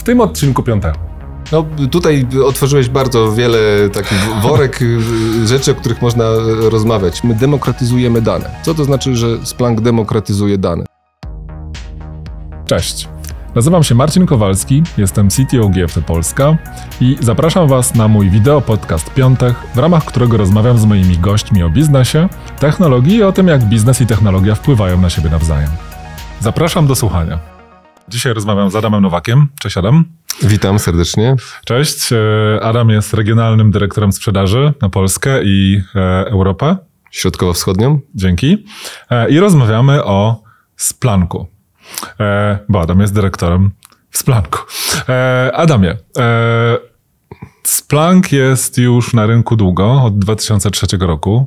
w tym odcinku 5. No tutaj otworzyłeś bardzo wiele takich worek rzeczy, o których można rozmawiać. My demokratyzujemy dane. Co to znaczy, że Splunk demokratyzuje dane? Cześć. Nazywam się Marcin Kowalski, jestem CTO GFT Polska i zapraszam Was na mój wideo podcast Piątek, w ramach którego rozmawiam z moimi gośćmi o biznesie, technologii i o tym, jak biznes i technologia wpływają na siebie nawzajem. Zapraszam do słuchania. Dzisiaj rozmawiam z Adamem Nowakiem. Cześć Adam. Witam serdecznie. Cześć. Adam jest regionalnym dyrektorem sprzedaży na Polskę i Europę. Środkowo-wschodnią. Dzięki. I rozmawiamy o Splunku. Bo Adam jest dyrektorem w Splunku. Adamie, Splunk jest już na rynku długo, od 2003 roku.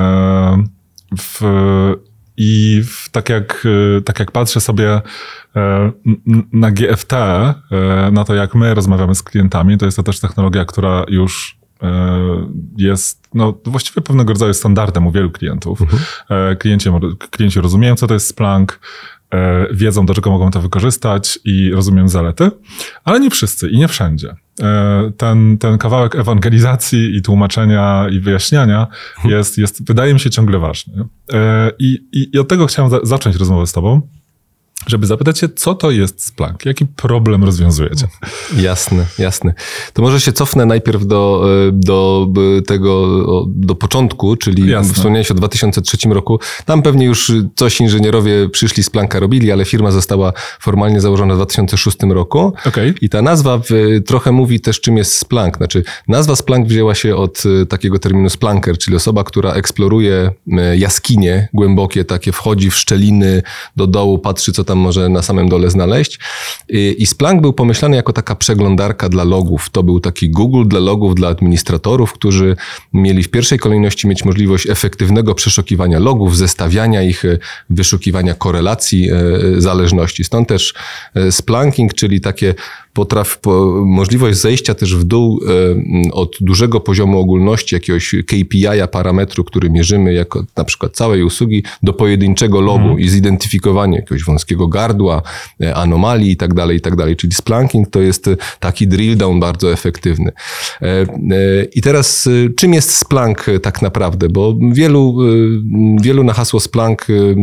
Tak jak patrzę sobie na GFT, na to jak my rozmawiamy z klientami, to jest to też technologia, która już jest właściwie pewnego rodzaju standardem u wielu klientów. Klienci rozumieją, co to jest Splunk, wiedzą, do czego mogą to wykorzystać i rozumieją zalety, ale nie wszyscy i nie wszędzie. Ten kawałek ewangelizacji i tłumaczenia i wyjaśniania jest wydaje mi się, ciągle ważny. I od tego chciałem zacząć rozmowę z tobą, żeby zapytać się, co to jest Splunk? Jaki problem rozwiązujecie? Jasne. To może się cofnę najpierw do początku, czyli wspomniałeś o 2003 roku. Tam pewnie już coś inżynierowie przyszli, Splunka robili, ale firma została formalnie założona w 2006 roku. Okay. I ta nazwa trochę mówi też, czym jest Splunk. Znaczy, nazwa Splunk wzięła się od takiego terminu Splunker, czyli osoba, która eksploruje jaskinie głębokie, takie wchodzi w szczeliny do dołu, patrzy, co tam może na samym dole znaleźć. I Splunk był pomyślany jako taka przeglądarka dla logów. To był taki Google dla logów, dla administratorów, którzy mieli w pierwszej kolejności mieć możliwość efektywnego przeszukiwania logów, zestawiania ich, wyszukiwania korelacji, zależności. Stąd też Splunking, czyli takie możliwość zejścia też w dół od dużego poziomu ogólności, jakiegoś KPI-a, parametru, który mierzymy jako na przykład całej usługi, do pojedynczego logu i zidentyfikowanie jakiegoś wąskiego gardła, anomalii i tak dalej. Czyli Splunking to jest taki drill down bardzo efektywny. I teraz czym jest Splunk tak naprawdę? Bo wielu na hasło Splunk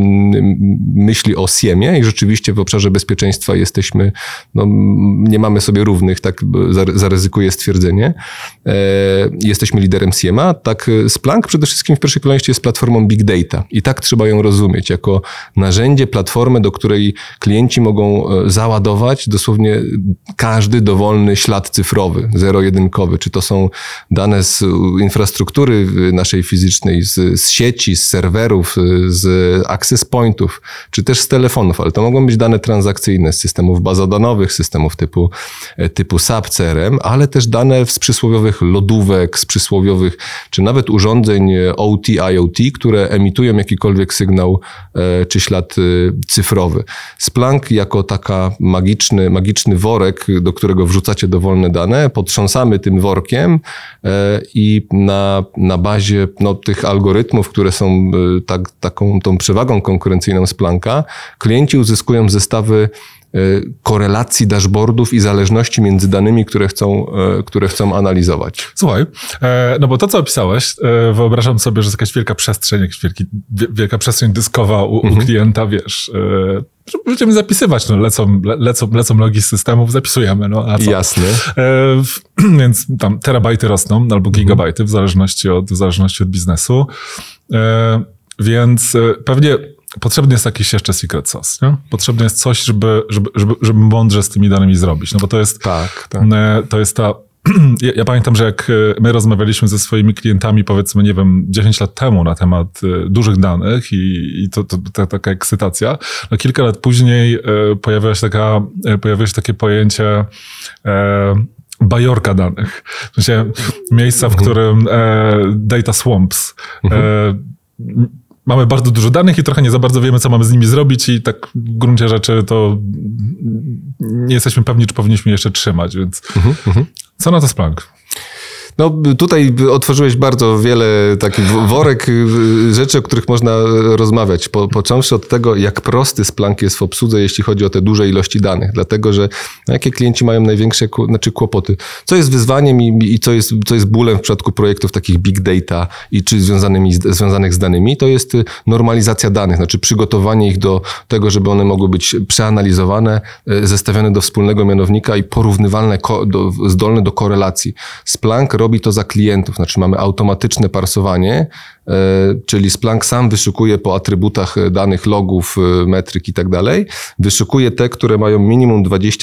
myśli o SIEM-ie i rzeczywiście w obszarze bezpieczeństwa jesteśmy, nie mamy sobie równych, tak zaryzykuję stwierdzenie. Jesteśmy liderem SIEM-a. Tak, Splunk przede wszystkim w pierwszej kolejności jest platformą Big Data i tak trzeba ją rozumieć, jako narzędzie, platformę, do której klienci mogą załadować dosłownie każdy dowolny ślad cyfrowy, zero-jedynkowy. Czy to są dane z infrastruktury naszej fizycznej, z sieci, z serwerów, z access pointów, czy też z telefonów, ale to mogą być dane transakcyjne z systemów bazodanowych, systemów typu SAP, CRM, ale też dane z przysłowiowych lodówek, z przysłowiowych, czy nawet urządzeń OT, IoT, które emitują jakikolwiek sygnał czy ślad cyfrowy. Splunk jako taka magiczny worek, do którego wrzucacie dowolne dane, potrząsamy tym workiem i na bazie tych algorytmów, które są tą przewagą konkurencyjną Splunka, klienci uzyskują zestawy korelacji dashboardów i zależności między danymi, które chcą analizować. Słuchaj, bo to, co opisałeś, wyobrażam sobie, że jest jakaś wielka przestrzeń, wielka przestrzeń dyskowa u klienta, wiesz, będziemy zapisywać, lecą logi z systemów, zapisujemy, a co? Jasne. Więc tam terabajty rosną, albo gigabajty, w zależności od biznesu. Więc pewnie potrzebny jest jakiś jeszcze secret sauce, nie? Potrzebne jest coś, żeby mądrze z tymi danymi zrobić, bo to jest, to jest ta... Ja pamiętam, że jak my rozmawialiśmy ze swoimi klientami, powiedzmy, 10 lat temu na temat dużych danych i to taka ekscytacja, kilka lat później pojawiło się takie pojęcie bajorka danych. W sensie miejsca, w którym data swamps. Mamy bardzo dużo danych i trochę nie za bardzo wiemy, co mamy z nimi zrobić i tak w gruncie rzeczy to nie jesteśmy pewni, czy powinniśmy jeszcze trzymać, więc co na to Splunk? No tutaj otworzyłeś bardzo wiele takich worek rzeczy, o których można rozmawiać. Począwszy od tego, jak prosty Splunk jest w obsłudze, jeśli chodzi o te duże ilości danych. Dlatego, że jakie klienci mają największe kłopoty. Co jest wyzwaniem i co jest bólem w przypadku projektów takich big data czy związanych z danymi, to jest normalizacja danych, znaczy przygotowanie ich do tego, żeby one mogły być przeanalizowane, zestawione do wspólnego mianownika i porównywalne, zdolne do korelacji. Splunk robi to za klientów, znaczy mamy automatyczne parsowanie, czyli Splunk sam wyszukuje po atrybutach danych, logów, metryk i tak dalej. Wyszukuje te, które mają minimum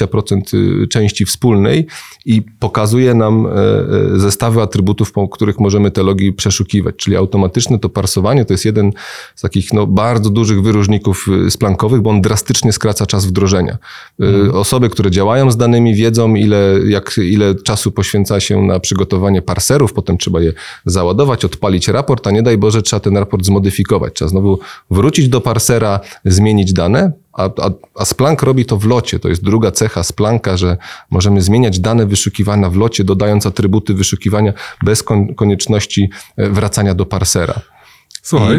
20% części wspólnej i pokazuje nam zestawy atrybutów, po których możemy te logi przeszukiwać. Czyli automatyczne to parsowanie to jest jeden z takich bardzo dużych wyróżników Splunkowych, bo on drastycznie skraca czas wdrożenia. Osoby, które działają z danymi, wiedzą, ile czasu poświęca się na przygotowanie parserów, potem trzeba je załadować, odpalić raport, a nie daj Boże, trzeba ten raport zmodyfikować. Trzeba znowu wrócić do parsera, zmienić dane, a Splunk robi to w locie. To jest druga cecha Splunka, że możemy zmieniać dane wyszukiwania w locie, dodając atrybuty wyszukiwania bez konieczności wracania do parsera. Słuchaj,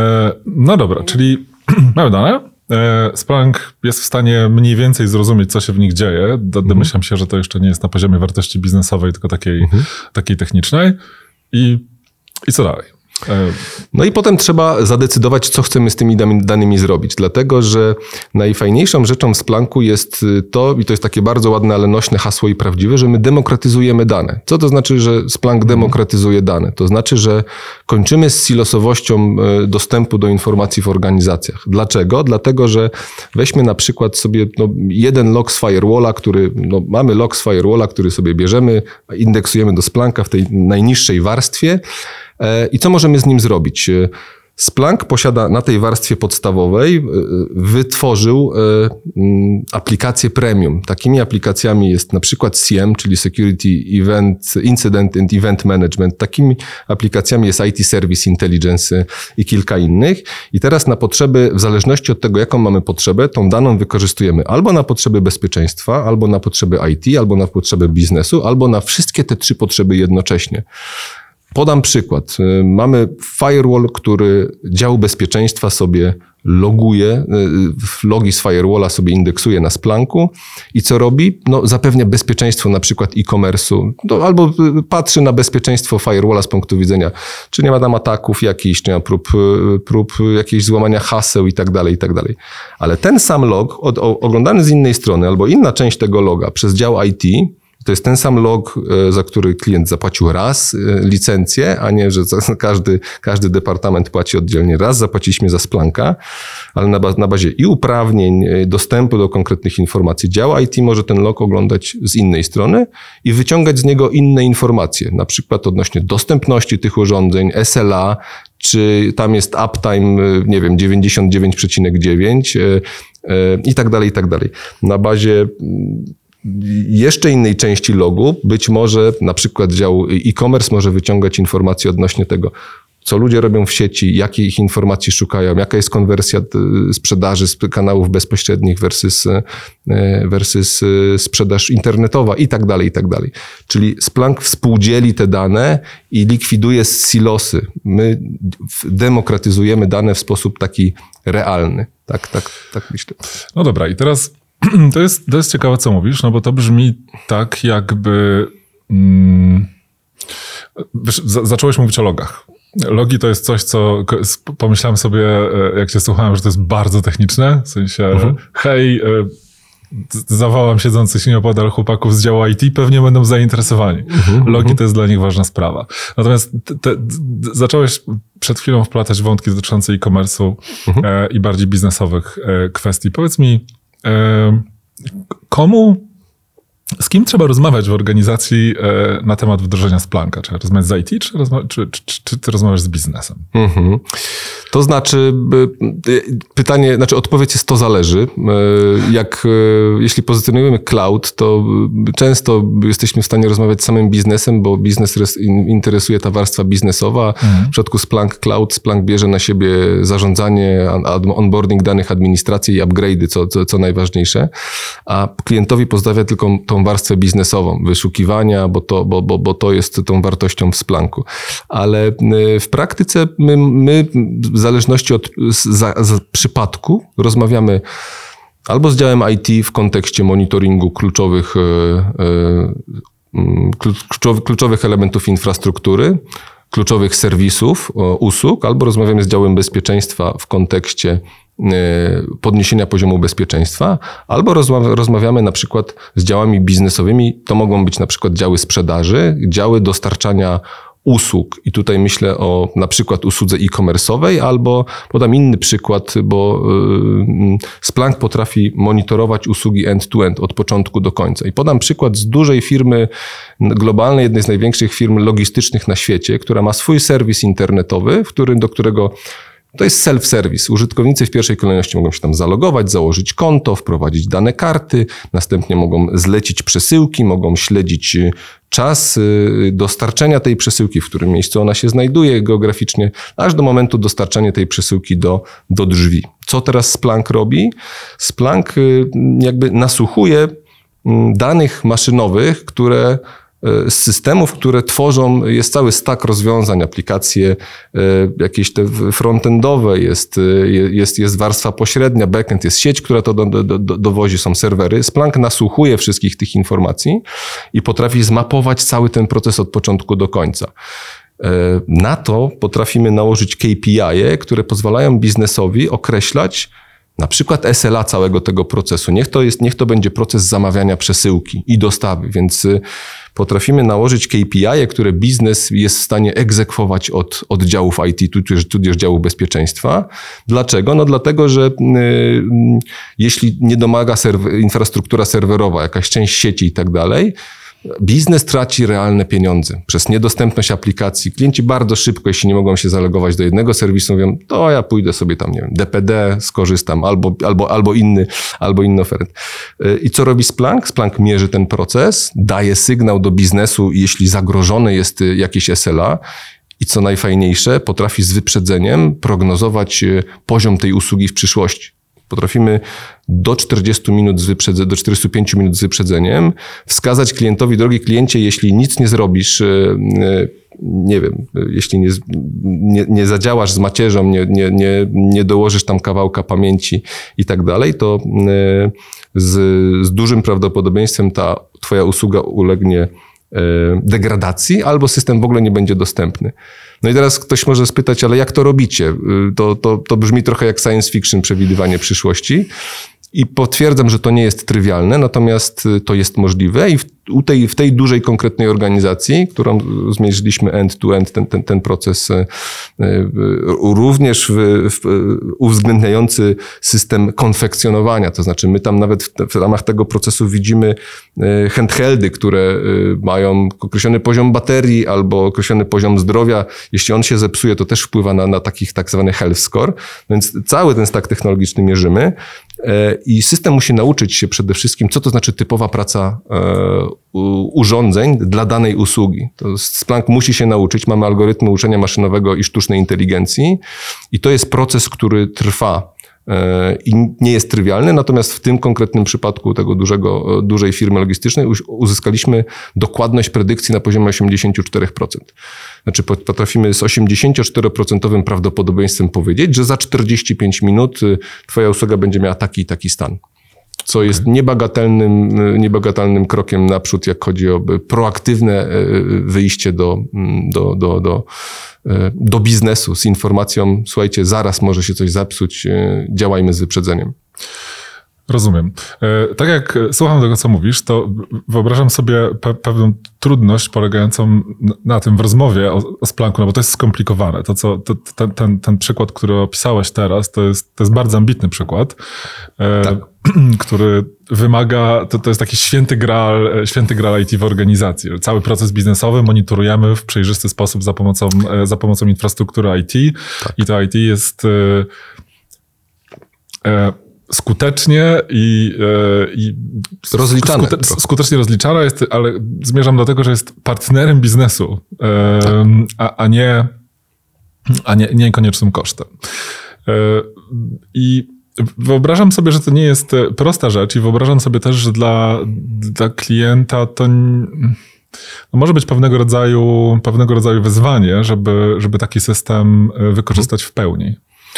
no dobra, czyli mamy dane. Splunk jest w stanie mniej więcej zrozumieć, co się w nich dzieje. Domyślam się, że to jeszcze nie jest na poziomie wartości biznesowej, tylko takiej technicznej. I co dalej? No i potem trzeba zadecydować, co chcemy z tymi danymi zrobić, dlatego że najfajniejszą rzeczą w Splunku jest to, i to jest takie bardzo ładne, ale nośne hasło i prawdziwe, że my demokratyzujemy dane. Co to znaczy, że Splunk demokratyzuje dane? To znaczy, że kończymy z silosowością dostępu do informacji w organizacjach. Dlaczego? Dlatego, że weźmy na przykład sobie jeden log z firewalla, mamy log z firewalla, który sobie bierzemy, indeksujemy do Splunka w tej najniższej warstwie. I co możemy z nim zrobić? Splunk posiada na tej warstwie podstawowej, wytworzył aplikację premium. Takimi aplikacjami jest na przykład SIEM, czyli Security Incident and Event Management. Takimi aplikacjami jest IT Service Intelligence i kilka innych. I teraz na potrzeby, w zależności od tego, jaką mamy potrzebę, tą daną wykorzystujemy albo na potrzeby bezpieczeństwa, albo na potrzeby IT, albo na potrzeby biznesu, albo na wszystkie te trzy potrzeby jednocześnie. Podam przykład. Mamy firewall, który dział bezpieczeństwa sobie loguje, logi z firewalla sobie indeksuje na Splunku i co robi? Zapewnia bezpieczeństwo na przykład e-commerce'u, albo patrzy na bezpieczeństwo firewalla z punktu widzenia, czy nie ma tam ataków jakichś, nie ma prób jakiegoś złamania haseł i tak dalej, i tak dalej. Ale ten sam log, oglądany z innej strony, albo inna część tego loga przez dział IT, to jest ten sam log, za który klient zapłacił raz licencję, a nie, że każdy departament płaci oddzielnie. Raz zapłaciliśmy za Splunka, ale na bazie i uprawnień, dostępu do konkretnych informacji. Dział IT może ten log oglądać z innej strony i wyciągać z niego inne informacje, na przykład odnośnie dostępności tych urządzeń, SLA, czy tam jest uptime, 99,9 i tak dalej, i tak dalej. Na bazie jeszcze innej części logu, być może na przykład dział e-commerce może wyciągać informacje odnośnie tego, co ludzie robią w sieci, jakie ich informacji szukają, jaka jest konwersja sprzedaży z kanałów bezpośrednich versus sprzedaż internetowa i tak dalej, i tak dalej. Czyli Splunk współdzieli te dane i likwiduje silosy. My demokratyzujemy dane w sposób taki realny. Tak myślę. No dobra, i teraz to jest ciekawe, co mówisz, bo to brzmi tak, jakby zacząłeś mówić o logach. Logi to jest coś, co pomyślałem sobie, jak cię słuchałem, że to jest bardzo techniczne. W sensie, hej, zawołam siedzących nieopodal chłopaków z działu IT, pewnie będą zainteresowani. Logi to jest dla nich ważna sprawa. Natomiast zacząłeś przed chwilą wplatać wątki dotyczące e-commerce'u i bardziej biznesowych kwestii. Powiedz mi, z kim trzeba rozmawiać w organizacji na temat wdrożenia Splunka? Czy rozmawiać z IT, czy ty rozmawiasz z biznesem? To znaczy, odpowiedź jest to zależy. Jeśli pozycjonujemy cloud, to często jesteśmy w stanie rozmawiać z samym biznesem, bo biznes interesuje ta warstwa biznesowa. W przypadku Splunk Cloud, Splunk bierze na siebie zarządzanie, onboarding danych, administrację i upgrade'y, co najważniejsze. A klientowi pozostawia tylko tą warstwę biznesową, wyszukiwania, bo to jest tą wartością w Splanku. Ale w praktyce my w zależności od przypadku rozmawiamy albo z działem IT w kontekście monitoringu kluczowych elementów infrastruktury, kluczowych serwisów, usług, albo rozmawiamy z działem bezpieczeństwa w kontekście podniesienia poziomu bezpieczeństwa, albo rozmawiamy na przykład z działami biznesowymi. To mogą być na przykład działy sprzedaży, działy dostarczania usług. I tutaj myślę o na przykład usłudze e-commerce'owej, albo podam inny przykład, bo Splunk potrafi monitorować usługi end-to-end od początku do końca. I podam przykład z dużej firmy globalnej, jednej z największych firm logistycznych na świecie, która ma swój serwis internetowy, do którego to jest self-service. Użytkownicy w pierwszej kolejności mogą się tam zalogować, założyć konto, wprowadzić dane karty, następnie mogą zlecić przesyłki, mogą śledzić czas dostarczenia tej przesyłki, w którym miejscu ona się znajduje geograficznie, aż do momentu dostarczania tej przesyłki do drzwi. Co teraz Splunk robi? Splunk jakby nasłuchuje danych maszynowych, z systemów, które tworzą, jest cały stack rozwiązań, aplikacje jakieś te frontendowe, jest warstwa pośrednia, backend, jest sieć, która to dowozi, są serwery. Splunk nasłuchuje wszystkich tych informacji i potrafi zmapować cały ten proces od początku do końca. Na to potrafimy nałożyć KPI-e, które pozwalają biznesowi określać na przykład SLA całego tego procesu. Niech to będzie proces zamawiania przesyłki i dostawy, więc potrafimy nałożyć KPI, które biznes jest w stanie egzekwować od działów IT, tudzież działu bezpieczeństwa. Dlaczego? No dlatego, że jeśli nie domaga infrastruktura serwerowa, jakaś część sieci i tak dalej, biznes traci realne pieniądze przez niedostępność aplikacji. Klienci bardzo szybko, jeśli nie mogą się zalogować do jednego serwisu, mówią, to ja pójdę sobie tam, nie wiem, DPD, skorzystam, albo inny oferent. I co robi Splunk? Splunk mierzy ten proces, daje sygnał do biznesu, jeśli zagrożone jest jakieś SLA, i co najfajniejsze, potrafi z wyprzedzeniem prognozować poziom tej usługi w przyszłości. Potrafimy do 45 minut z wyprzedzeniem wskazać klientowi, drogi kliencie, jeśli nic nie zrobisz, nie wiem, jeśli nie zadziałasz z macierzą, nie dołożysz tam kawałka pamięci i tak dalej, to z dużym prawdopodobieństwem ta twoja usługa ulegnie degradacji albo system w ogóle nie będzie dostępny. No i teraz ktoś może spytać, ale jak to robicie? To brzmi trochę jak science fiction, przewidywanie przyszłości. I potwierdzam, że to nie jest trywialne, natomiast to jest możliwe i w tej dużej, konkretnej organizacji, którą zmierzyliśmy end-to-end, ten proces również uwzględniający system konfekcjonowania, to znaczy my tam nawet w ramach tego procesu widzimy handheldy, które mają określony poziom baterii albo określony poziom zdrowia. Jeśli on się zepsuje, to też wpływa na takich tak zwany health score, więc cały ten stack technologiczny mierzymy. I system musi nauczyć się przede wszystkim, co to znaczy typowa praca urządzeń dla danej usługi. To Splunk musi się nauczyć, mamy algorytmy uczenia maszynowego i sztucznej inteligencji i to jest proces, który trwa i nie jest trywialny, natomiast w tym konkretnym przypadku tego dużej firmy logistycznej uzyskaliśmy dokładność predykcji na poziomie 84%. Znaczy potrafimy z 84% prawdopodobieństwem powiedzieć, że za 45 minut twoja usługa będzie miała taki i taki stan. Co jest niebagatelnym krokiem naprzód, jak chodzi o proaktywne wyjście do biznesu z informacją, słuchajcie, zaraz może się coś zepsuć, działajmy z wyprzedzeniem. Rozumiem. Tak jak słucham tego, co mówisz, to wyobrażam sobie pewną trudność polegającą na tym w rozmowie o Splunku, no bo to jest skomplikowane. Ten przykład, który opisałeś teraz, to jest bardzo ambitny przykład, tak. Który wymaga, to jest taki święty graal IT w organizacji. Cały proces biznesowy monitorujemy w przejrzysty sposób za pomocą infrastruktury IT, tak. I to IT jest skutecznie i rozliczane. Skutecznie rozliczana jest, ale zmierzam do tego, że jest partnerem biznesu, a nie koniecznym kosztem. I wyobrażam sobie, że to nie jest prosta rzecz i wyobrażam sobie też, że dla klienta to może być pewnego rodzaju wyzwanie, żeby taki system wykorzystać w pełni.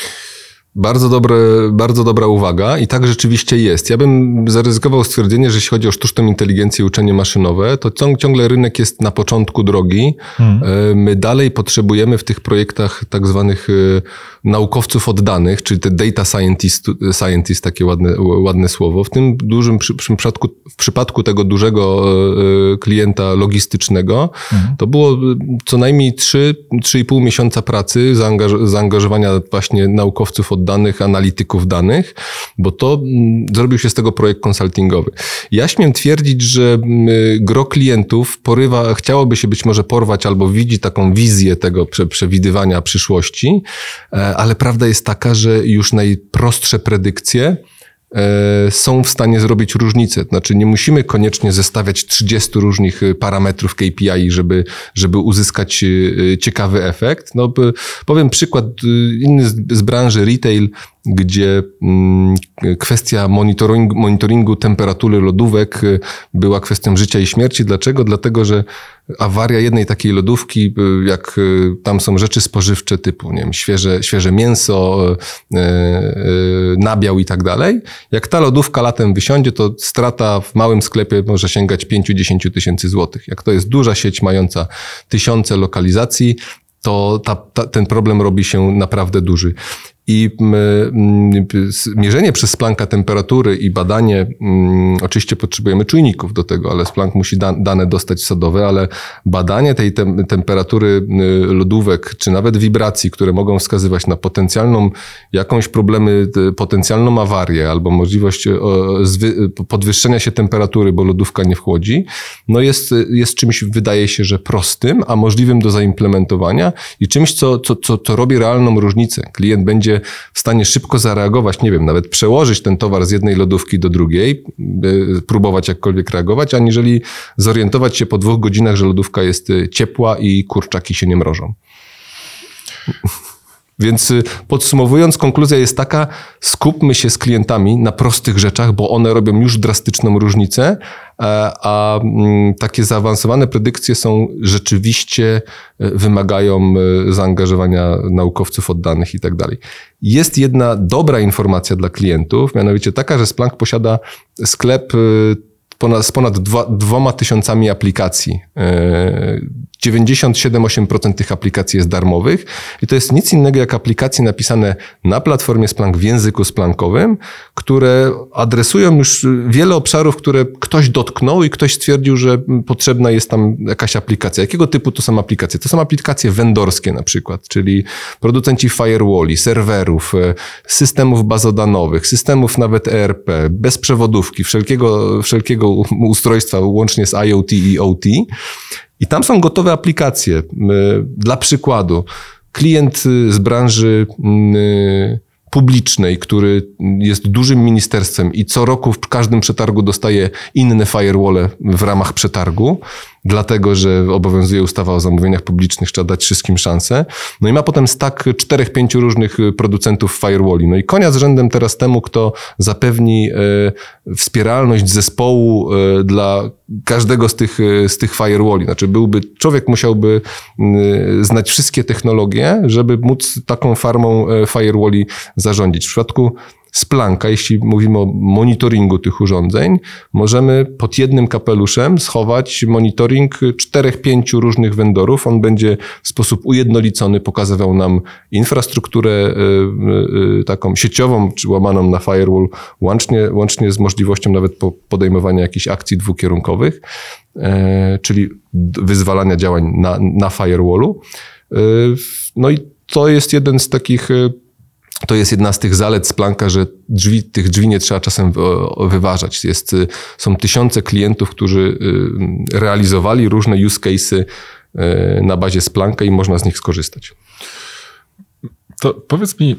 Bardzo dobra uwaga i tak rzeczywiście jest. Ja bym zaryzykował stwierdzenie, że jeśli chodzi o sztuczną inteligencję i uczenie maszynowe, to ciągle rynek jest na początku drogi. My dalej potrzebujemy w tych projektach tak zwanych naukowców od danych, czyli te data scientist, takie ładne słowo. W tym dużym w przypadku tego dużego klienta logistycznego, to było co najmniej 3,5 miesiąca pracy, zaangażowania właśnie naukowców od danych, analityków danych, bo to zrobił się z tego projekt konsultingowy. Ja śmiem twierdzić, że gro klientów chciałoby się być może porwać albo widzi taką wizję tego przewidywania przyszłości, ale prawda jest taka, że już najprostsze predykcje są w stanie zrobić różnicę. Znaczy nie musimy koniecznie zestawiać 30 różnych parametrów KPI, żeby uzyskać ciekawy efekt. No, powiem przykład inny z branży retail, gdzie kwestia monitoringu temperatury lodówek była kwestią życia i śmierci. Dlaczego? Dlatego, że awaria jednej takiej lodówki, jak tam są rzeczy spożywcze typu, nie wiem, świeże mięso, nabiał i tak dalej. Jak ta lodówka latem wysiądzie, to strata w małym sklepie może sięgać 5-10 tysięcy złotych. Jak to jest duża sieć mająca tysiące lokalizacji, to ten problem robi się naprawdę duży. I mierzenie przez Splanka temperatury i badanie, oczywiście potrzebujemy czujników do tego, ale Splank musi dane dostać sodowe, ale badanie tej temperatury lodówek, czy nawet wibracji, które mogą wskazywać na potencjalną awarię albo możliwość podwyższenia się temperatury, bo lodówka nie wchłodzi, no jest czymś, wydaje się, że prostym, a możliwym do zaimplementowania i czymś, co robi realną różnicę. Klient będzie w stanie szybko zareagować, nie wiem, nawet przełożyć ten towar z jednej lodówki do drugiej, próbować jakkolwiek reagować, aniżeli zorientować się po 2 godzinach, że lodówka jest ciepła i kurczaki się nie mrożą. Więc podsumowując, konkluzja jest taka, skupmy się z klientami na prostych rzeczach, bo one robią już drastyczną różnicę, a takie zaawansowane predykcje rzeczywiście wymagają zaangażowania naukowców od danych i tak dalej. Jest jedna dobra informacja dla klientów, mianowicie taka, że Splunk posiada sklep z ponad 2000 aplikacji. 97-8% tych aplikacji jest darmowych i to jest nic innego jak aplikacje napisane na platformie Splunk w języku splankowym, które adresują już wiele obszarów, które ktoś dotknął i ktoś stwierdził, że potrzebna jest tam jakaś aplikacja. Jakiego typu to są aplikacje? To są aplikacje vendorskie na przykład, czyli producenci firewalli, serwerów, systemów bazodanowych, systemów nawet ERP, bezprzewodówki, wszelkiego ustrojstwa łącznie z IoT i OT. I tam są gotowe aplikacje. Dla przykładu, klient z branży publicznej, który jest dużym ministerstwem i co roku w każdym przetargu dostaje inne firewalle w ramach przetargu, dlatego że obowiązuje ustawa o zamówieniach publicznych, trzeba dać wszystkim szansę. No i ma potem stack 4-5 różnych producentów firewalli. No i konia z rzędem teraz temu, kto zapewni wspieralność zespołu dla każdego z tych firewalli. Znaczy człowiek musiałby znać wszystkie technologie, żeby móc taką farmą firewalli zarządzić. W przypadku Splanka, jeśli mówimy o monitoringu tych urządzeń, możemy pod jednym kapeluszem schować monitoring 4-5 różnych vendorów. On będzie w sposób ujednolicony pokazywał nam infrastrukturę taką sieciową, czy łamaną na firewall, łącznie z możliwością nawet podejmowania jakichś akcji dwukierunkowych, czyli wyzwalania działań na firewallu. No i to jest jedna z tych zalet Splanka, że tych drzwi nie trzeba czasem wyważać. Są tysiące klientów, którzy realizowali różne use case'y na bazie Splanka i można z nich skorzystać. To powiedz mi,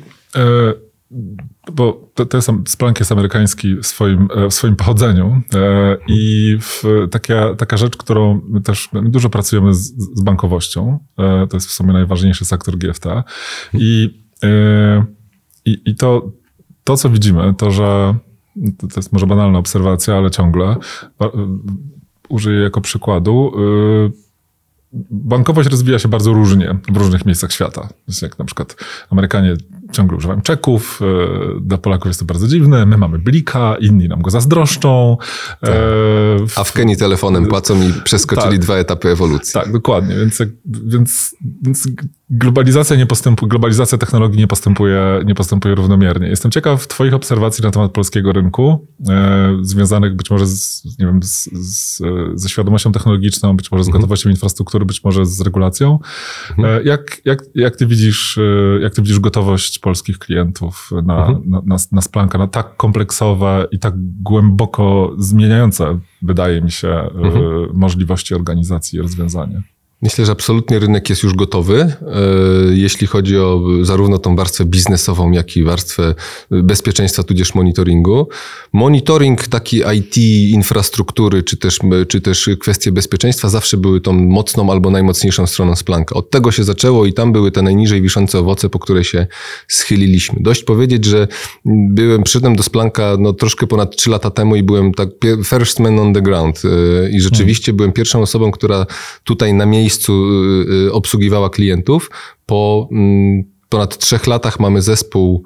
bo Splunk jest amerykański w swoim pochodzeniu i taka rzecz, którą my też dużo pracujemy z bankowością, to jest w sumie najważniejszy sektor GFT I to to, co widzimy, to, że to jest może banalna obserwacja, ale ciągle użyję jako przykładu. Bankowość rozwija się bardzo różnie w różnych miejscach świata. Jest jak na przykład Amerykanie ciągle używają czeków, dla Polaków jest to bardzo dziwne, my mamy blika, inni nam go zazdroszczą. Tak. A w Kenii telefonem płacą i przeskoczyli 2 etapy ewolucji. Tak, dokładnie. Więc globalizacja technologii nie postępuje równomiernie. Jestem ciekaw twoich obserwacji na temat polskiego rynku, związanych być może ze świadomością technologiczną, być może z gotowością infrastruktury, być może z regulacją. Jak ty widzisz gotowość polskich klientów na Splanka, na tak kompleksowe i tak głęboko zmieniające, wydaje mi się, możliwości organizacji i rozwiązania? Myślę, że absolutnie rynek jest już gotowy, jeśli chodzi o zarówno tą warstwę biznesową, jak i warstwę bezpieczeństwa, tudzież monitoringu. Monitoring taki IT, infrastruktury, czy też kwestie bezpieczeństwa zawsze były tą mocną albo najmocniejszą stroną Splanka. Od tego się zaczęło i tam były te najniżej wiszące owoce, po które się schyliliśmy. Dość powiedzieć, że przyszedłem do Splanka troszkę ponad 3 lata temu i byłem tak first man on the ground i rzeczywiście byłem pierwszą osobą, która tutaj na miejscu obsługiwała klientów. Po ponad 3 latach mamy zespół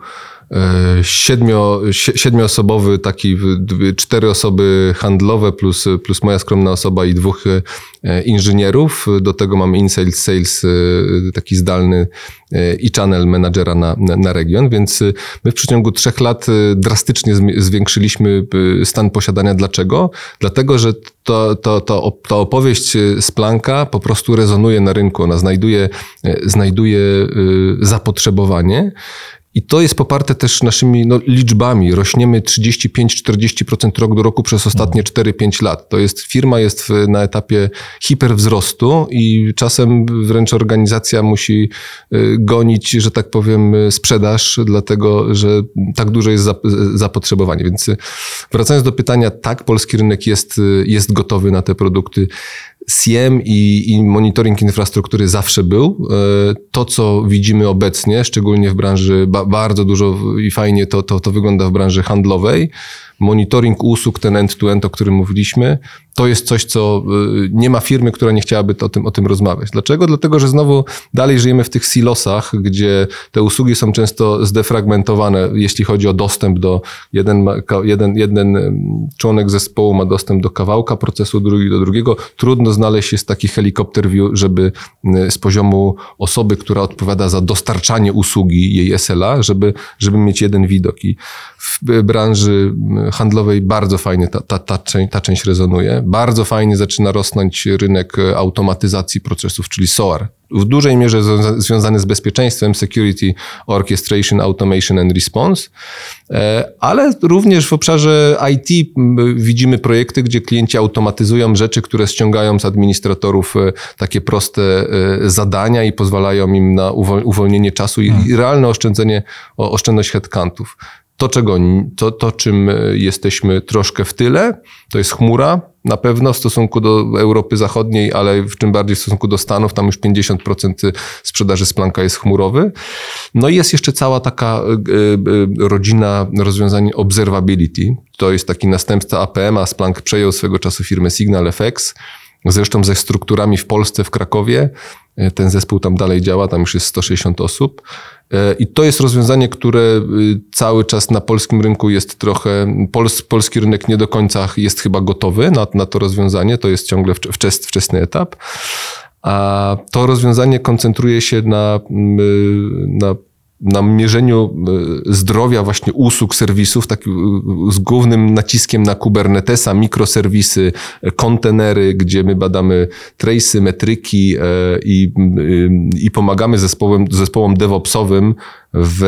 7-osobowy, taki 4 osoby handlowe plus moja skromna osoba i 2 inżynierów. Do tego mamy in-sales, sales, taki zdalny i channel menadżera na region, więc my w przeciągu 3 lat drastycznie zwiększyliśmy stan posiadania. Dlaczego? Dlatego, że ta opowieść Splanka po prostu rezonuje na rynku. Ona znajduje zapotrzebowanie. I to jest poparte też naszymi liczbami. Rośniemy 35-40% rok do roku przez ostatnie 4-5 lat. Firma jest na etapie hiperwzrostu i czasem wręcz organizacja musi gonić, że tak powiem, sprzedaż, dlatego że tak duże jest zapotrzebowanie. Więc wracając do pytania, tak, polski rynek jest gotowy na te produkty. SIEM i monitoring infrastruktury zawsze był. To, co widzimy obecnie, szczególnie w branży, bardzo dużo i fajnie to wygląda w branży handlowej. Monitoring usług, ten end-to-end, o którym mówiliśmy, to jest coś, co nie ma firmy, która nie chciałaby o tym rozmawiać. Dlaczego? Dlatego, że znowu dalej żyjemy w tych silosach, gdzie te usługi są często zdefragmentowane, jeśli chodzi o dostęp do jeden członek zespołu ma dostęp do kawałka procesu, drugi do drugiego. Trudno znaleźć jest taki helikopter view, żeby z poziomu osoby, która odpowiada za dostarczanie usługi, jej SLA, żeby mieć jeden widok. I w branży handlowej bardzo fajnie ta część rezonuje. Bardzo fajnie zaczyna rosnąć rynek automatyzacji procesów, czyli SOAR. W dużej mierze związany z bezpieczeństwem, security, orchestration, automation and response, ale również w obszarze IT widzimy projekty, gdzie klienci automatyzują rzeczy, które ściągają z administratorów takie proste zadania i pozwalają im na uwolnienie czasu i realne oszczędność headcountów. To, czym jesteśmy troszkę w tyle, to jest chmura. Na pewno w stosunku do Europy Zachodniej, ale tym bardziej w stosunku do Stanów, tam już 50% sprzedaży Splanka jest chmurowy. No i jest jeszcze cała taka rodzina rozwiązań observability. To jest taki następca APM, a Splank przejął swego czasu firmę SignalFX. Zresztą ze strukturami w Polsce, w Krakowie. Ten zespół tam dalej działa, tam już jest 160 osób. I to jest rozwiązanie, które cały czas na polskim rynku jest trochę... Polski rynek nie do końca jest chyba gotowy na to rozwiązanie. To jest ciągle wczesny etap. A to rozwiązanie koncentruje się na mierzeniu zdrowia właśnie usług, serwisów, z głównym naciskiem na Kubernetesa, mikroserwisy, kontenery, gdzie my badamy trace'y, metryki i pomagamy zespołom DevOpsowym w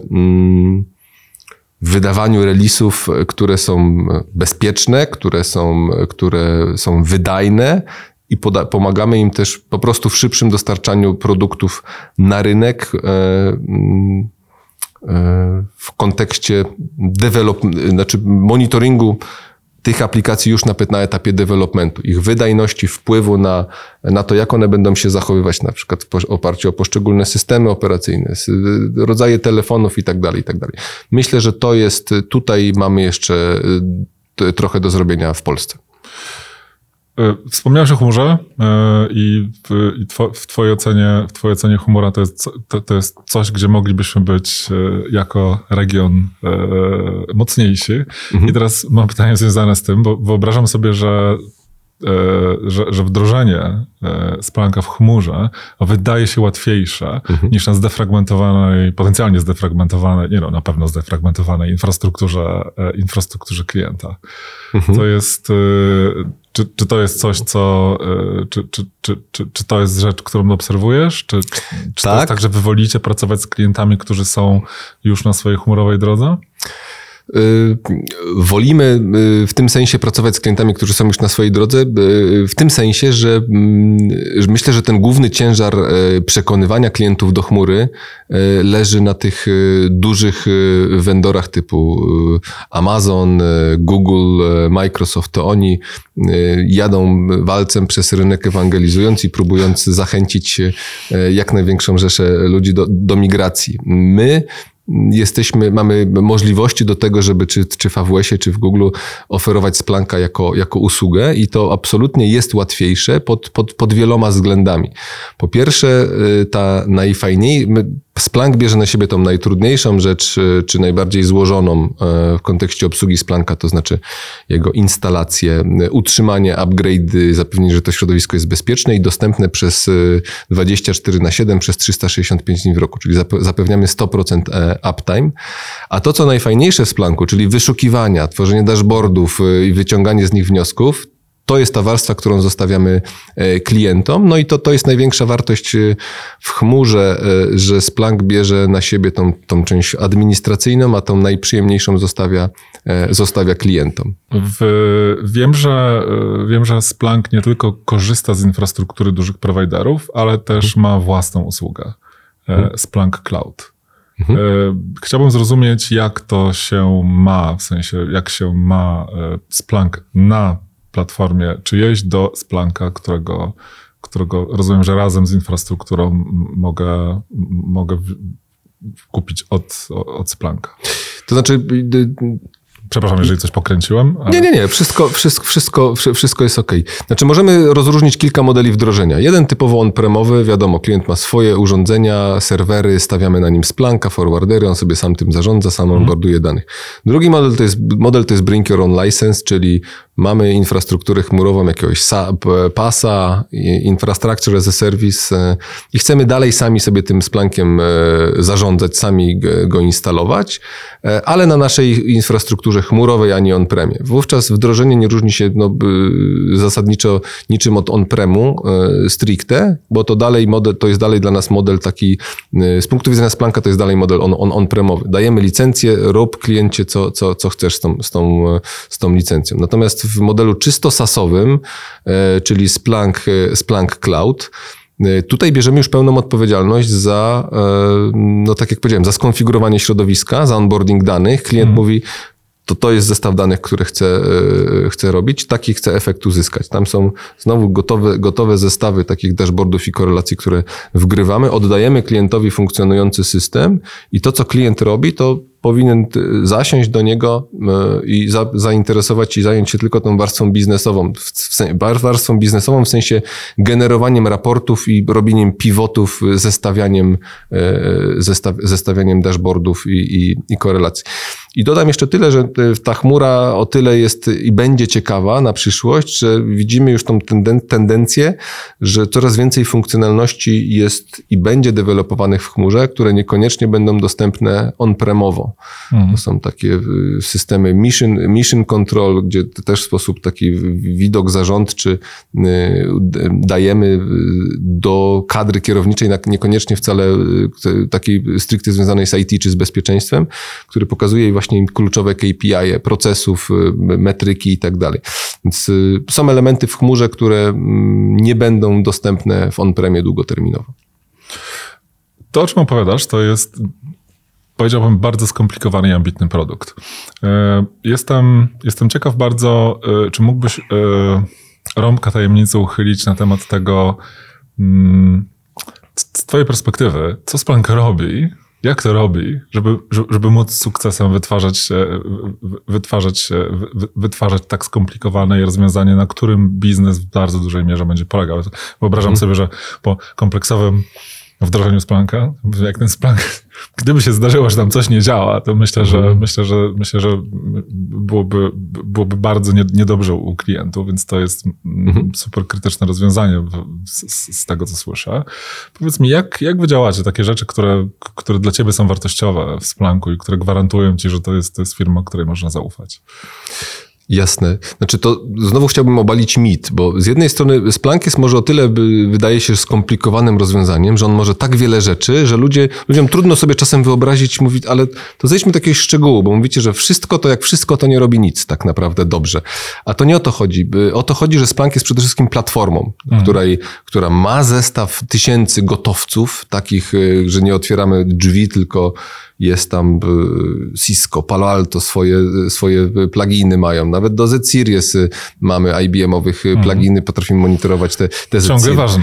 wydawaniu release'ów, które są bezpieczne, które są wydajne, i pomagamy im też po prostu w szybszym dostarczaniu produktów na rynek w kontekście monitoringu tych aplikacji już nawet na etapie developmentu, ich wydajności, wpływu na to, jak one będą się zachowywać, na przykład w oparciu o poszczególne systemy operacyjne, rodzaje telefonów i tak dalej, i tak dalej. Myślę, że to jest, tutaj mamy jeszcze trochę do zrobienia w Polsce. Wspomniałeś o chmurze i w twojej ocenie chmura to jest coś, gdzie moglibyśmy być jako region mocniejsi. I teraz mam pytanie związane z tym, bo wyobrażam sobie, że wdrożenie Splunka w chmurze wydaje się łatwiejsze niż na zdefragmentowanej, potencjalnie zdefragmentowanej, na pewno zdefragmentowanej infrastrukturze klienta. To jest, czy to jest coś, czy to jest rzecz, którą obserwujesz? Czy to jest tak, że wy wolicie pracować z klientami, którzy są już na swojej chmurowej drodze? Wolimy w tym sensie pracować z klientami, którzy są już na swojej drodze, w tym sensie, że myślę, że ten główny ciężar przekonywania klientów do chmury leży na tych dużych vendorach typu Amazon, Google, Microsoft. To oni jadą walcem przez rynek, ewangelizując i próbując zachęcić jak największą rzeszę ludzi do migracji. My mamy możliwości do tego, żeby czy w AWS-ie, czy w Google oferować Splunka jako usługę i to absolutnie jest łatwiejsze pod wieloma względami. Po pierwsze, Splunk bierze na siebie tą najtrudniejszą rzecz, czy najbardziej złożoną w kontekście obsługi Splunka, to znaczy jego instalację, utrzymanie, upgrade'y, zapewnienie, że to środowisko jest bezpieczne i dostępne przez 24/7, przez 365 dni w roku, czyli zapewniamy 100% uptime. A to, co najfajniejsze w Splunku, czyli wyszukiwania, tworzenie dashboardów i wyciąganie z nich wniosków, to jest ta warstwa, którą zostawiamy klientom. No i to jest największa wartość w chmurze, że Splunk bierze na siebie tą część administracyjną, a tą najprzyjemniejszą zostawia klientom. Wiem, że Splunk nie tylko korzysta z infrastruktury dużych prowajderów, ale też ma własną usługę. Splunk Cloud. Chciałbym zrozumieć, jak to się ma, w sensie jak się ma Splunk na platformie, czy jeść do Splunka, którego rozumiem, że razem z infrastrukturą mogę kupić od Splunka. To znaczy... Przepraszam, jeżeli coś pokręciłem. Ale... Nie. Wszystko jest okej. Znaczy możemy rozróżnić kilka modeli wdrożenia. Jeden typowo on-premowy, wiadomo, klient ma swoje urządzenia, serwery, stawiamy na nim Splunka, forwardery, on sobie sam tym zarządza, sam onboarduje danych. Drugi model to jest bring your own license, czyli mamy infrastrukturę chmurową, jakiegoś PaaS-a, infrastructure as a service i chcemy dalej sami sobie tym Splunkiem zarządzać, sami go instalować, ale na naszej infrastrukturze chmurowej, a nie on-premie. Wówczas wdrożenie nie różni się zasadniczo niczym od on-premu stricte, bo to jest dalej dla nas model taki, z punktu widzenia Splunka to jest dalej model on-premowy. Dajemy licencję, rób kliencie co chcesz z tą licencją. Natomiast w modelu czysto SaaS-owym, czyli Splunk Cloud, tutaj bierzemy już pełną odpowiedzialność za, tak jak powiedziałem, za skonfigurowanie środowiska, za onboarding danych. Klient mówi, to jest zestaw danych, które chcę robić, taki chcę efekt uzyskać. Tam są znowu gotowe zestawy takich dashboardów i korelacji, które wgrywamy, oddajemy klientowi funkcjonujący system i to, co klient robi, to powinien zasiąść do niego i zainteresować i zająć się tylko tą warstwą biznesową. W sensie generowaniem raportów i robieniem pivotów, zestawianiem dashboardów i korelacji. I dodam jeszcze tyle, że ta chmura o tyle jest i będzie ciekawa na przyszłość, że widzimy już tą tendencję, że coraz więcej funkcjonalności jest i będzie dewelopowanych w chmurze, które niekoniecznie będą dostępne on-premowo. To są takie systemy mission control, gdzie też w sposób taki widok zarządczy dajemy do kadry kierowniczej, niekoniecznie wcale takiej stricte związanej z IT czy z bezpieczeństwem, który pokazuje jej właśnie kluczowe KPI, procesów, metryki i tak dalej. Więc są elementy w chmurze, które nie będą dostępne w on-premie długoterminowo. To, o czym opowiadasz, to jest powiedziałbym, bardzo skomplikowany i ambitny produkt. Jestem ciekaw bardzo, czy mógłbyś rąbka tajemnicy uchylić na temat tego, z twojej perspektywy, co Splunk robi, jak to robi, żeby móc z sukcesem wytwarzać tak skomplikowane rozwiązanie, na którym biznes w bardzo dużej mierze będzie polegał. Wyobrażam sobie, że po kompleksowym wdrożeniu Splunka, jak ten Splunk, gdyby się zdarzyło, że tam coś nie działa, to myślę, że byłoby bardzo niedobrze u klientów, więc to jest super krytyczne rozwiązanie z tego, co słyszę. Powiedz mi, jak wy działacie takie rzeczy, które dla ciebie są wartościowe w Splunku i które gwarantują ci, że to jest firma, której można zaufać? Jasne. Znaczy to znowu chciałbym obalić mit, bo z jednej strony Splunk jest może o tyle, wydaje się, skomplikowanym rozwiązaniem, że on może tak wiele rzeczy, że ludziom trudno sobie czasem wyobrazić, mówić, ale to zejdźmy do jakiegoś szczegółu, bo mówicie, że wszystko to jak wszystko to nie robi nic tak naprawdę dobrze. A to nie o to chodzi. O to chodzi, że Splunk jest przede wszystkim platformą, która ma zestaw tysięcy gotowców, takich, że nie otwieramy drzwi, tylko jest tam Cisco, Palo Alto, swoje pluginy mają. Nawet do Z-Series mamy IBM-owych pluginy, potrafimy monitorować te Ciągle ważne.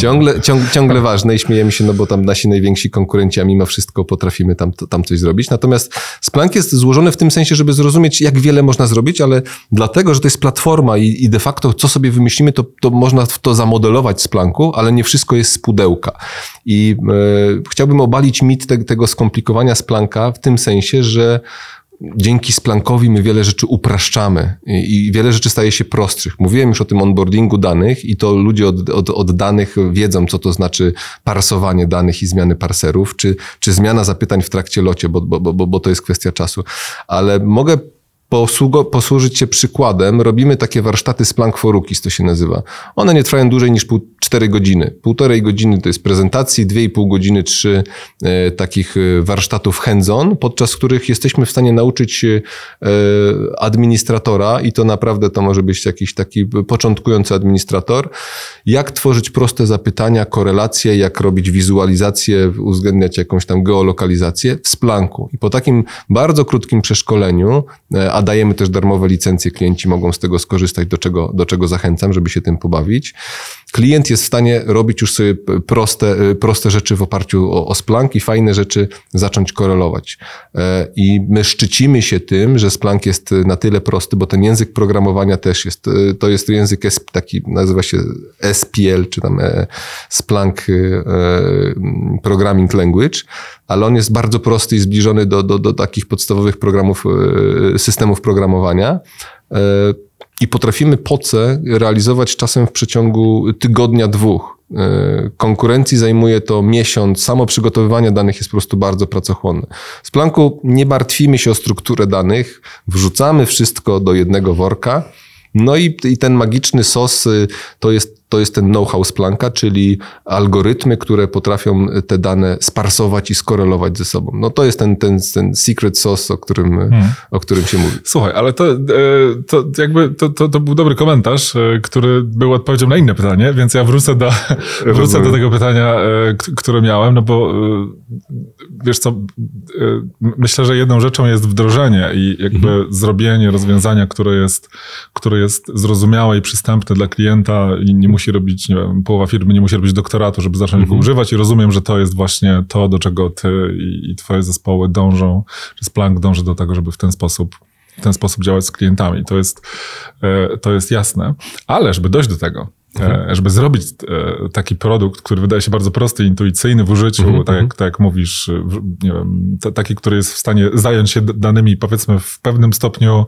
Ciągle ważne i śmiejemy się, no bo tam nasi najwięksi konkurenci, a mimo wszystko potrafimy tam coś zrobić. Natomiast Splunk jest złożony w tym sensie, żeby zrozumieć, jak wiele można zrobić, ale dlatego, że to jest platforma i de facto co sobie wymyślimy, to można to zamodelować w Splunku, ale nie wszystko jest z pudełka. I chciałbym obalić mit tego skomplikowania Splunka w tym sensie, że dzięki Splunkowi my wiele rzeczy upraszczamy i wiele rzeczy staje się prostszych. Mówiłem już o tym onboardingu danych i to ludzie od danych wiedzą, co to znaczy parsowanie danych i zmiany parserów, czy zmiana zapytań w trakcie locie, bo to jest kwestia czasu. Ale mogę posłużyć się przykładem. Robimy takie warsztaty Splunk for Rookies, to się nazywa. One nie trwają dłużej niż 4 godziny. 1,5 godziny to jest prezentacji, 2,5 godziny, 3 takich warsztatów hands-on, podczas których jesteśmy w stanie nauczyć administratora i to naprawdę to może być jakiś taki początkujący administrator, jak tworzyć proste zapytania, korelacje, jak robić wizualizację, uwzględniać jakąś tam geolokalizację w Splunku. I po takim bardzo krótkim przeszkoleniu, a dajemy też darmowe licencje, klienci mogą z tego skorzystać, do czego zachęcam, żeby się tym pobawić. Klient jest w stanie robić już sobie proste rzeczy w oparciu o Splunk i fajne rzeczy zacząć korelować. I my szczycimy się tym, że Splunk jest na tyle prosty, bo ten język programowania też to jest język taki, nazywa się SPL, czy tam Splunk Programming Language, ale on jest bardzo prosty i zbliżony do takich podstawowych programów, systemów programowania. I potrafimy POC-e realizować czasem w przeciągu tygodnia, 2. Konkurencji zajmuje to miesiąc. Samo przygotowywanie danych jest po prostu bardzo pracochłonne. W Splunku nie martwimy się o strukturę danych, wrzucamy wszystko do jednego worka. No i ten magiczny sos to jest ten know-how Splunka, czyli algorytmy, które potrafią te dane sparsować i skorelować ze sobą. No to jest ten secret sauce, o którym się mówi. Słuchaj, ale to był dobry komentarz, który był odpowiedzią na inne pytanie, więc ja wrócę do tego pytania, które miałem, no bo wiesz co, myślę, że jedną rzeczą jest wdrożenie i jakby zrobienie rozwiązania, które jest zrozumiałe i przystępne dla klienta i nie musi robić, nie wiem, połowa firmy nie musi robić doktoratu, żeby zacząć go używać i rozumiem, że to jest właśnie to, do czego ty i twoje zespoły dążą, czy Splunk dąży do tego, żeby w ten sposób działać z klientami. To jest jasne, ale żeby dojść do tego, żeby zrobić taki produkt, który wydaje się bardzo prosty, intuicyjny w użyciu, tak jak mówisz, nie wiem, taki, który jest w stanie zająć się danymi, powiedzmy w pewnym stopniu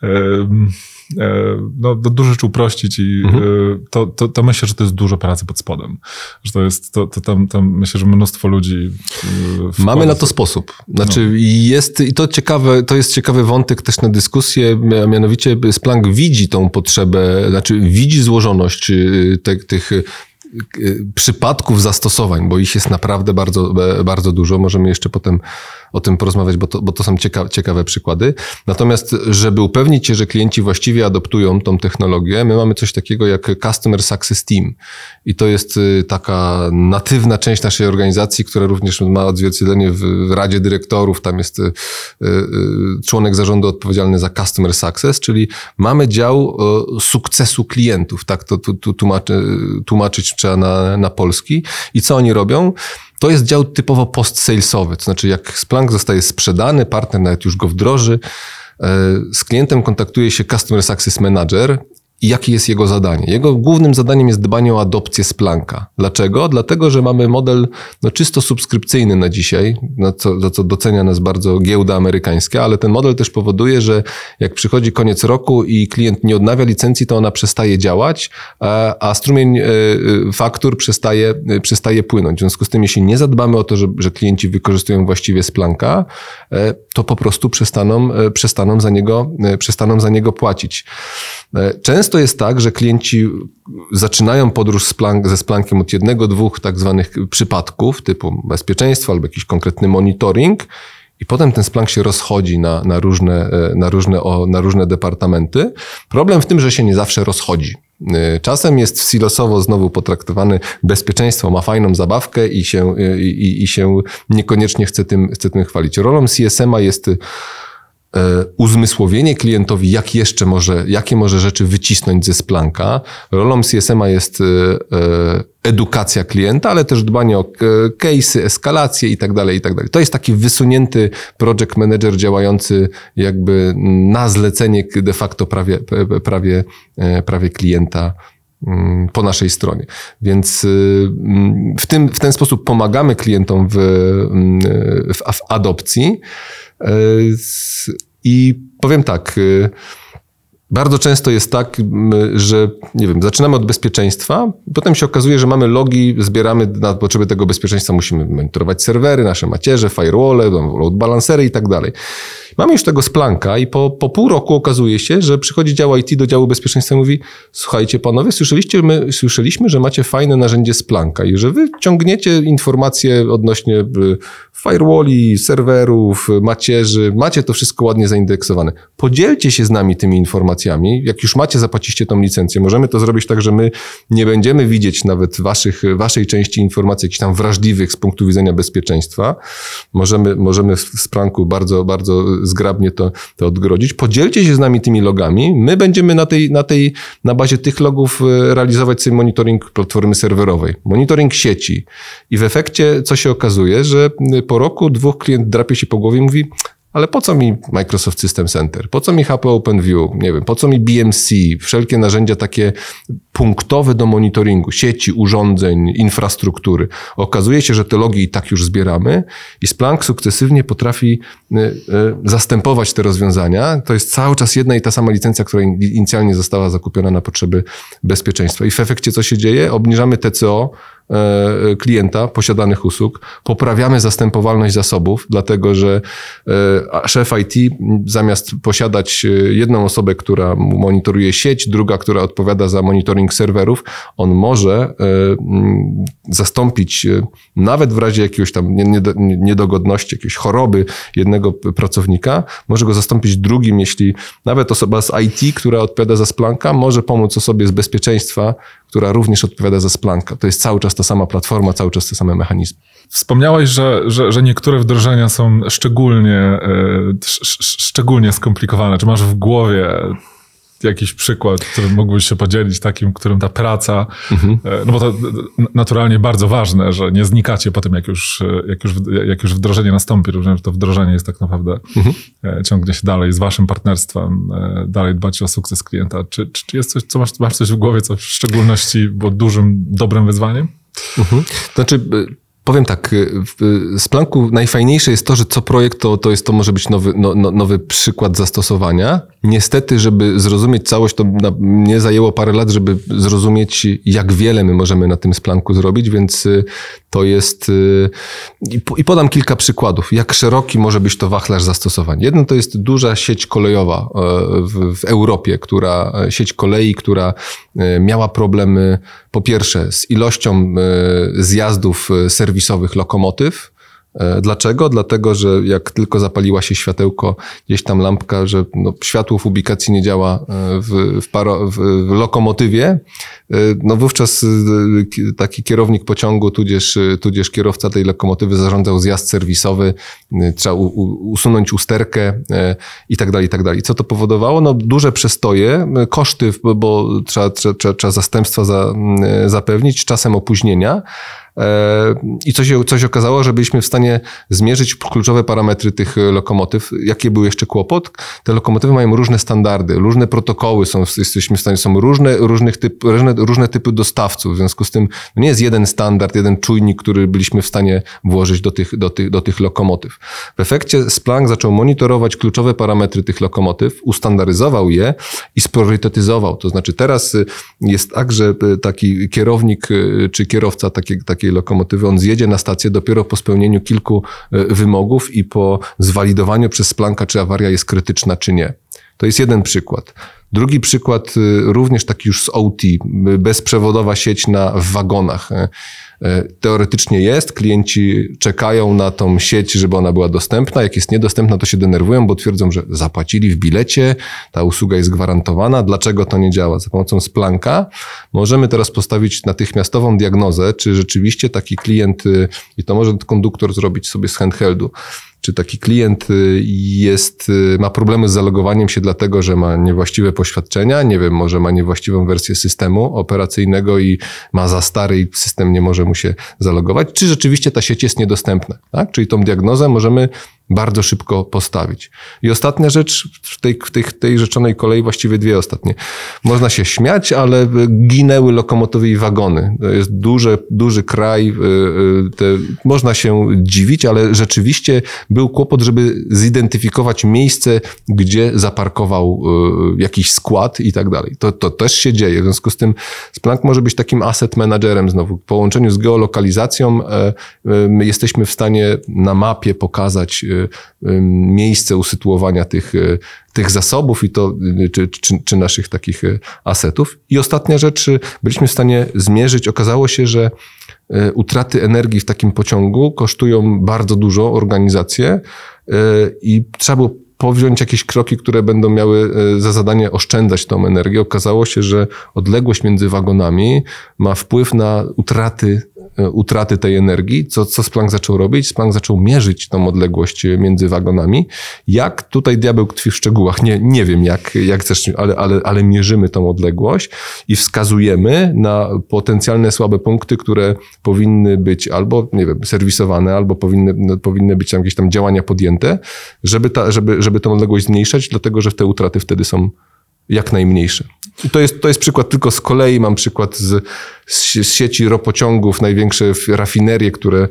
dużo rzeczy uprościć i to myślę, że to jest dużo pracy pod spodem. Że to jest, tam myślę, że mnóstwo ludzi mamy na to sposób. Znaczy jest, i to jest ciekawy wątek też na dyskusję, a mianowicie Splunk widzi tą potrzebę, znaczy widzi złożoność tych przypadków zastosowań, bo ich jest naprawdę bardzo, bardzo dużo. Możemy jeszcze potem o tym porozmawiać, bo to są ciekawe przykłady. Natomiast, żeby upewnić się, że klienci właściwie adoptują tą technologię, my mamy coś takiego jak Customer Success Team. I to jest taka natywna część naszej organizacji, która również ma odzwierciedlenie w Radzie Dyrektorów. Tam jest członek zarządu odpowiedzialny za Customer Success, czyli mamy dział sukcesu klientów. Tak to tłumaczyć trzeba na polski. I co oni robią? To jest dział typowo post-salesowy, to znaczy jak Splunk zostaje sprzedany, partner nawet już go wdroży, z klientem kontaktuje się Customer Success Manager i jakie jest jego zadanie. Jego głównym zadaniem jest dbanie o adopcję Splunka. Dlaczego? Dlatego, że mamy model czysto subskrypcyjny na dzisiaj, za co docenia nas bardzo giełda amerykańska, ale ten model też powoduje, że jak przychodzi koniec roku i klient nie odnawia licencji, to ona przestaje działać, a strumień faktur przestaje płynąć. W związku z tym, jeśli nie zadbamy o to, że klienci wykorzystują właściwie Splunka, to po prostu przestaną za niego płacić. Często jest tak, że klienci zaczynają podróż ze Splunkiem od 1-2 tak zwanych przypadków typu bezpieczeństwo albo jakiś konkretny monitoring i potem ten Splunk się rozchodzi na różne departamenty. Problem w tym, że się nie zawsze rozchodzi. Czasem jest silosowo znowu potraktowany bezpieczeństwo, ma fajną zabawkę i się niekoniecznie chce tym chwalić. Rolą CSM-a jest uzmysłowienie klientowi, jakie może rzeczy wycisnąć ze Splunka. Rolą CSM-a jest edukacja klienta, ale też dbanie o case'y, eskalacje i tak dalej. To jest taki wysunięty project manager działający jakby na zlecenie de facto prawie klienta po naszej stronie. Więc w ten sposób pomagamy klientom w adopcji. I powiem tak, bardzo często jest tak, że zaczynamy od bezpieczeństwa, potem się okazuje, że mamy logi, zbieramy na potrzeby tego bezpieczeństwa, musimy monitorować serwery, nasze macierze, firewall, load balancery i tak dalej. Mamy już tego Splunka i po pół roku okazuje się, że przychodzi dział IT do działu bezpieczeństwa i mówi: słuchajcie panowie, słyszeliśmy, że macie fajne narzędzie Splunka i że wy ciągniecie informacje odnośnie firewalli, serwerów, macierzy, macie to wszystko ładnie zaindeksowane. Podzielcie się z nami tymi informacjami. Jak już zapłaciście tą licencję, możemy to zrobić tak, że my nie będziemy widzieć nawet waszej części informacji jakichś tam wrażliwych z punktu widzenia bezpieczeństwa. Możemy w Splunku bardzo, bardzo zgrabnie to odgrodzić. Podzielcie się z nami tymi logami. My będziemy na bazie tych logów realizować sobie monitoring platformy serwerowej, monitoring sieci. I w efekcie co się okazuje, że po roku 2 klient drapie się po głowie i mówi: ale po co mi Microsoft System Center? Po co mi HP OpenView? Nie wiem, po co mi BMC? Wszelkie narzędzia takie punktowe do monitoringu sieci, urządzeń, infrastruktury. Okazuje się, że te logi i tak już zbieramy i Splunk sukcesywnie potrafi zastępować te rozwiązania. To jest cały czas jedna i ta sama licencja, która inicjalnie została zakupiona na potrzeby bezpieczeństwa. I w efekcie co się dzieje? Obniżamy TCO klienta, posiadanych usług, poprawiamy zastępowalność zasobów, dlatego że szef IT zamiast posiadać jedną osobę, która monitoruje sieć, druga, która odpowiada za monitoring serwerów, on może zastąpić nawet w razie jakiegoś tam niedogodności, jakiejś choroby jednego pracownika, może go zastąpić drugim, jeśli nawet osoba z IT, która odpowiada za Splunka, może pomóc osobie z bezpieczeństwa, która również odpowiada za Splunka. To jest cały czas ta sama platforma, cały czas te same mechanizmy. Wspomniałeś, że niektóre wdrożenia są szczególnie skomplikowane. Czy masz w głowie jakiś przykład, którym mógłbyś się podzielić, takim, którym ta praca, no bo to naturalnie bardzo ważne, że nie znikacie po tym, jak już wdrożenie nastąpi, rozumiem, że to wdrożenie jest tak naprawdę, ciągnie się dalej z waszym partnerstwem, dalej dbacie o sukces klienta. Czy jest coś, co masz coś w głowie, co w szczególności było dużym, dobrym wyzwaniem? Znaczy, powiem tak, w Splunku najfajniejsze jest to, że co projekt to może być nowy przykład zastosowania. Niestety, żeby zrozumieć całość, to mnie zajęło parę lat, żeby zrozumieć, jak wiele my możemy na tym Splunku zrobić, więc to jest... I podam kilka przykładów, jak szeroki może być to wachlarz zastosowań. Jedno to jest duża sieć kolejowa w Europie, sieć kolei, która miała problemy po pierwsze z ilością zjazdów serwisowych lokomotyw, Dlaczego? Dlatego, że jak tylko zapaliła się światełko, gdzieś tam lampka, że światło w ubikacji nie działa w lokomotywie, wówczas taki kierownik pociągu, tudzież kierowca tej lokomotywy zarządzał zjazd serwisowy, trzeba usunąć usterkę i tak dalej, i tak dalej. Co to powodowało? Duże przestoje, koszty, bo trzeba zastępstwa zapewnić, czasem opóźnienia. I co się okazało, że byliśmy w stanie zmierzyć kluczowe parametry tych lokomotyw. Jaki był jeszcze kłopot? Te lokomotywy mają różne standardy, różne protokoły, jesteśmy w stanie, są różne typy dostawców. W związku z tym nie jest jeden standard, jeden czujnik, który byliśmy w stanie włożyć do tych lokomotyw. W efekcie Splunk zaczął monitorować kluczowe parametry tych lokomotyw, ustandaryzował je i spriorytetyzował. To znaczy teraz jest tak, że taki kierownik czy kierowca takiej lokomotywy, on zjedzie na stację dopiero po spełnieniu kilku wymogów i po zwalidowaniu przez Splunka, czy awaria jest krytyczna, czy nie. To jest jeden przykład. Drugi przykład, również taki już z OT, bezprzewodowa sieć w wagonach. Teoretycznie jest, klienci czekają na tą sieć, żeby ona była dostępna. Jak jest niedostępna, to się denerwują, bo twierdzą, że zapłacili w bilecie, ta usługa jest gwarantowana. Dlaczego to nie działa? Za pomocą Splunka możemy teraz postawić natychmiastową diagnozę, czy rzeczywiście taki klient, i to może konduktor zrobić sobie z handheldu, czy taki klient ma problemy z zalogowaniem się dlatego, że ma niewłaściwe poświadczenia, nie wiem, może ma niewłaściwą wersję systemu operacyjnego i ma za stary i system nie może mu się zalogować, czy rzeczywiście ta sieć jest niedostępna, tak? Czyli tą diagnozę możemy bardzo szybko postawić. I ostatnia rzecz, w tej rzeczonej kolei, właściwie dwie ostatnie. Można się śmiać, ale ginęły lokomotywy i wagony. To jest duży kraj, można się dziwić, ale rzeczywiście był kłopot, żeby zidentyfikować miejsce, gdzie zaparkował jakiś skład i tak dalej. To też się dzieje. W związku z tym Splunk może być takim asset managerem znowu. W połączeniu z geolokalizacją jesteśmy w stanie na mapie pokazać miejsce usytuowania tych zasobów i czy naszych takich asetów. I ostatnia rzecz, byliśmy w stanie zmierzyć, okazało się, że utraty energii w takim pociągu kosztują bardzo dużo organizację i trzeba było powziąć jakieś kroki, które będą miały za zadanie oszczędzać tą energię. Okazało się, że odległość między wagonami ma wpływ na utraty tej energii. Co Splunk zaczął robić? Splunk zaczął mierzyć tą odległość między wagonami. Jak tutaj diabeł tkwi w szczegółach? Nie wiem jak zresztą, ale mierzymy tą odległość i wskazujemy na potencjalne słabe punkty, które powinny być albo, nie wiem, serwisowane, albo powinny być jakieś tam działania podjęte, żeby tą odległość zmniejszać, dlatego że te utraty wtedy są jak najmniejsze. I to jest przykład tylko z kolei, mam przykład z sieci ropociągów, największe rafinerie, które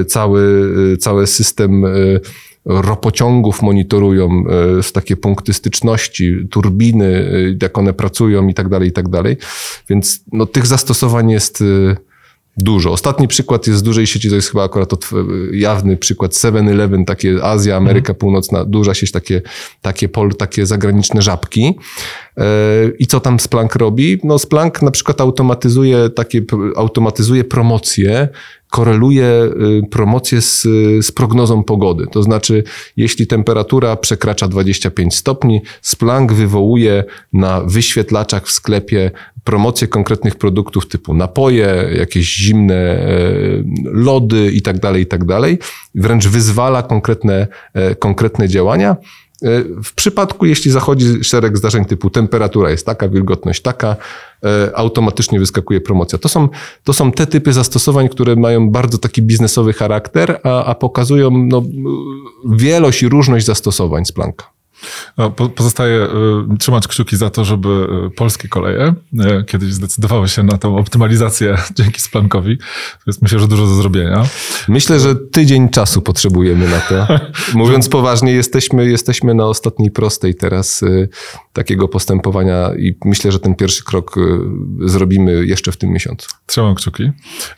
cały system ropociągów monitorują, takie punkty styczności, turbiny, jak one pracują i tak dalej. Więc tych zastosowań jest dużo. Ostatni przykład jest z dużej sieci, to jest chyba akurat jawny przykład 7-Eleven, takie Azja, Ameryka Północna, duża sieć, takie zagraniczne żabki. I co tam Splunk robi? Splunk na przykład automatyzuje promocje, koreluje promocje z prognozą pogody. To znaczy, jeśli temperatura przekracza 25 stopni, Splunk wywołuje na wyświetlaczach w sklepie promocje konkretnych produktów typu napoje, jakieś zimne lody i tak dalej. Wręcz wyzwala konkretne działania. W przypadku, jeśli zachodzi szereg zdarzeń typu temperatura jest taka, wilgotność taka, automatycznie wyskakuje promocja. To są te typy zastosowań, które mają bardzo taki biznesowy charakter, a pokazują wielość i różność zastosowań Splunka. Pozostaje trzymać kciuki za to, żeby polskie koleje kiedyś zdecydowały się na tą optymalizację dzięki Splunkowi. Myślę, że dużo do zrobienia. Myślę, że tydzień czasu potrzebujemy na to. Mówiąc poważnie, jesteśmy na ostatniej prostej teraz takiego postępowania i myślę, że ten pierwszy krok zrobimy jeszcze w tym miesiącu. Trzymam kciuki.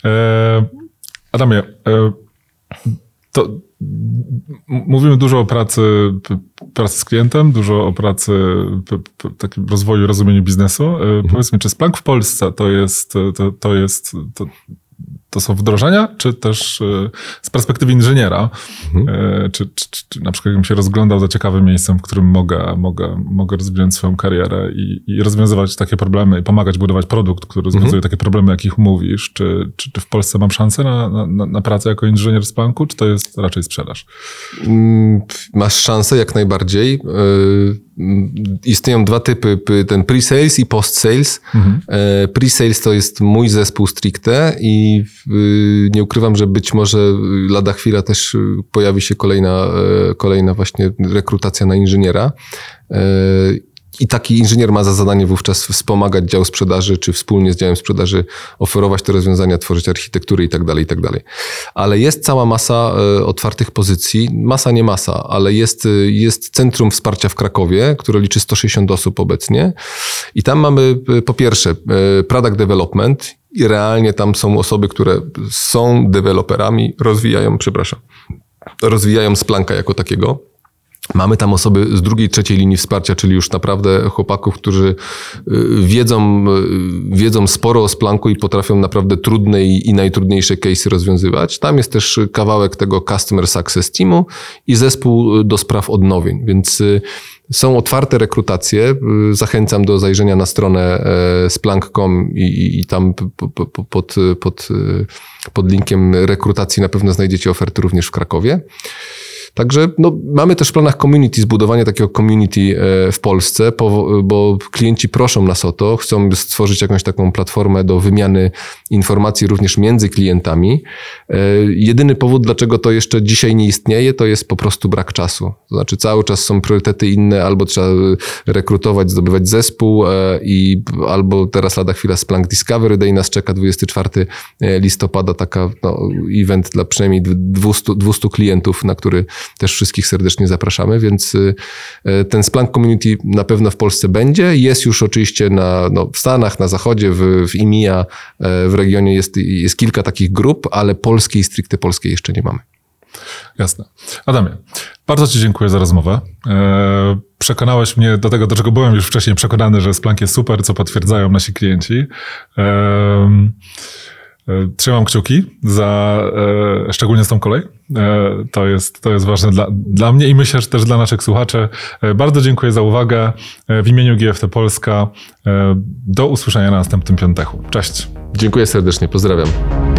Adamie, mówimy dużo o pracy z klientem, dużo o pracy, takim rozwoju, rozumieniu biznesu. Powiedz mi, czy Splunk w Polsce to to są wdrożenia, czy też z perspektywy inżyniera, czy na przykład bym się rozglądał za ciekawym miejscem, w którym mogę rozwijać swoją karierę i rozwiązywać takie problemy i pomagać budować produkt, który rozwiązuje takie problemy, jakich mówisz. Czy w Polsce mam szansę na pracę jako inżynier z Splanku, czy to jest raczej sprzedaż? Masz szansę jak najbardziej. Istnieją dwa typy, ten pre-sales i post-sales. Pre-sales to jest mój zespół stricte i nie ukrywam, że być może lada chwila też pojawi się kolejna właśnie rekrutacja na inżyniera. I taki inżynier ma za zadanie wówczas wspomagać dział sprzedaży, czy wspólnie z działem sprzedaży oferować te rozwiązania, tworzyć architektury i tak dalej, i tak dalej. Ale jest cała masa otwartych pozycji, nie masa, ale jest Centrum Wsparcia w Krakowie, które liczy 160 osób obecnie i tam mamy po pierwsze product development i realnie tam są osoby, które są deweloperami, rozwijają Splanka jako takiego. Mamy tam osoby z drugiej, trzeciej linii wsparcia, czyli już naprawdę chłopaków, którzy wiedzą sporo o Splanku i potrafią naprawdę trudne i najtrudniejsze case'y rozwiązywać. Tam jest też kawałek tego Customer Success Teamu i zespół do spraw odnowień, więc są otwarte rekrutacje. Zachęcam do zajrzenia na stronę splank.com i tam pod linkiem rekrutacji na pewno znajdziecie oferty również w Krakowie. Także mamy też w planach community, zbudowanie takiego community w Polsce, bo klienci proszą nas o to, chcą stworzyć jakąś taką platformę do wymiany informacji również między klientami. Jedyny powód, dlaczego to jeszcze dzisiaj nie istnieje, to jest po prostu brak czasu. To znaczy cały czas są priorytety inne, albo trzeba rekrutować, zdobywać zespół albo teraz lada chwila Splunk Discovery Day nas czeka 24 listopada, taka event dla przynajmniej 200 klientów, na który też wszystkich serdecznie zapraszamy, więc ten Splunk Community na pewno w Polsce będzie. Jest już oczywiście w Stanach, na Zachodzie, w EMEA, w regionie jest kilka takich grup, ale polskiej, stricte polskiej jeszcze nie mamy. Jasne. Adamie, bardzo Ci dziękuję za rozmowę. Przekonałeś mnie do tego, do czego byłem już wcześniej przekonany, że Splunk jest super, co potwierdzają nasi klienci. Trzymam kciuki szczególnie z tą kolej. To jest ważne dla mnie i myślę, że też dla naszych słuchaczy. Bardzo dziękuję za uwagę. W imieniu GFT Polska do usłyszenia na następnym piątechu. Cześć. Dziękuję serdecznie, pozdrawiam.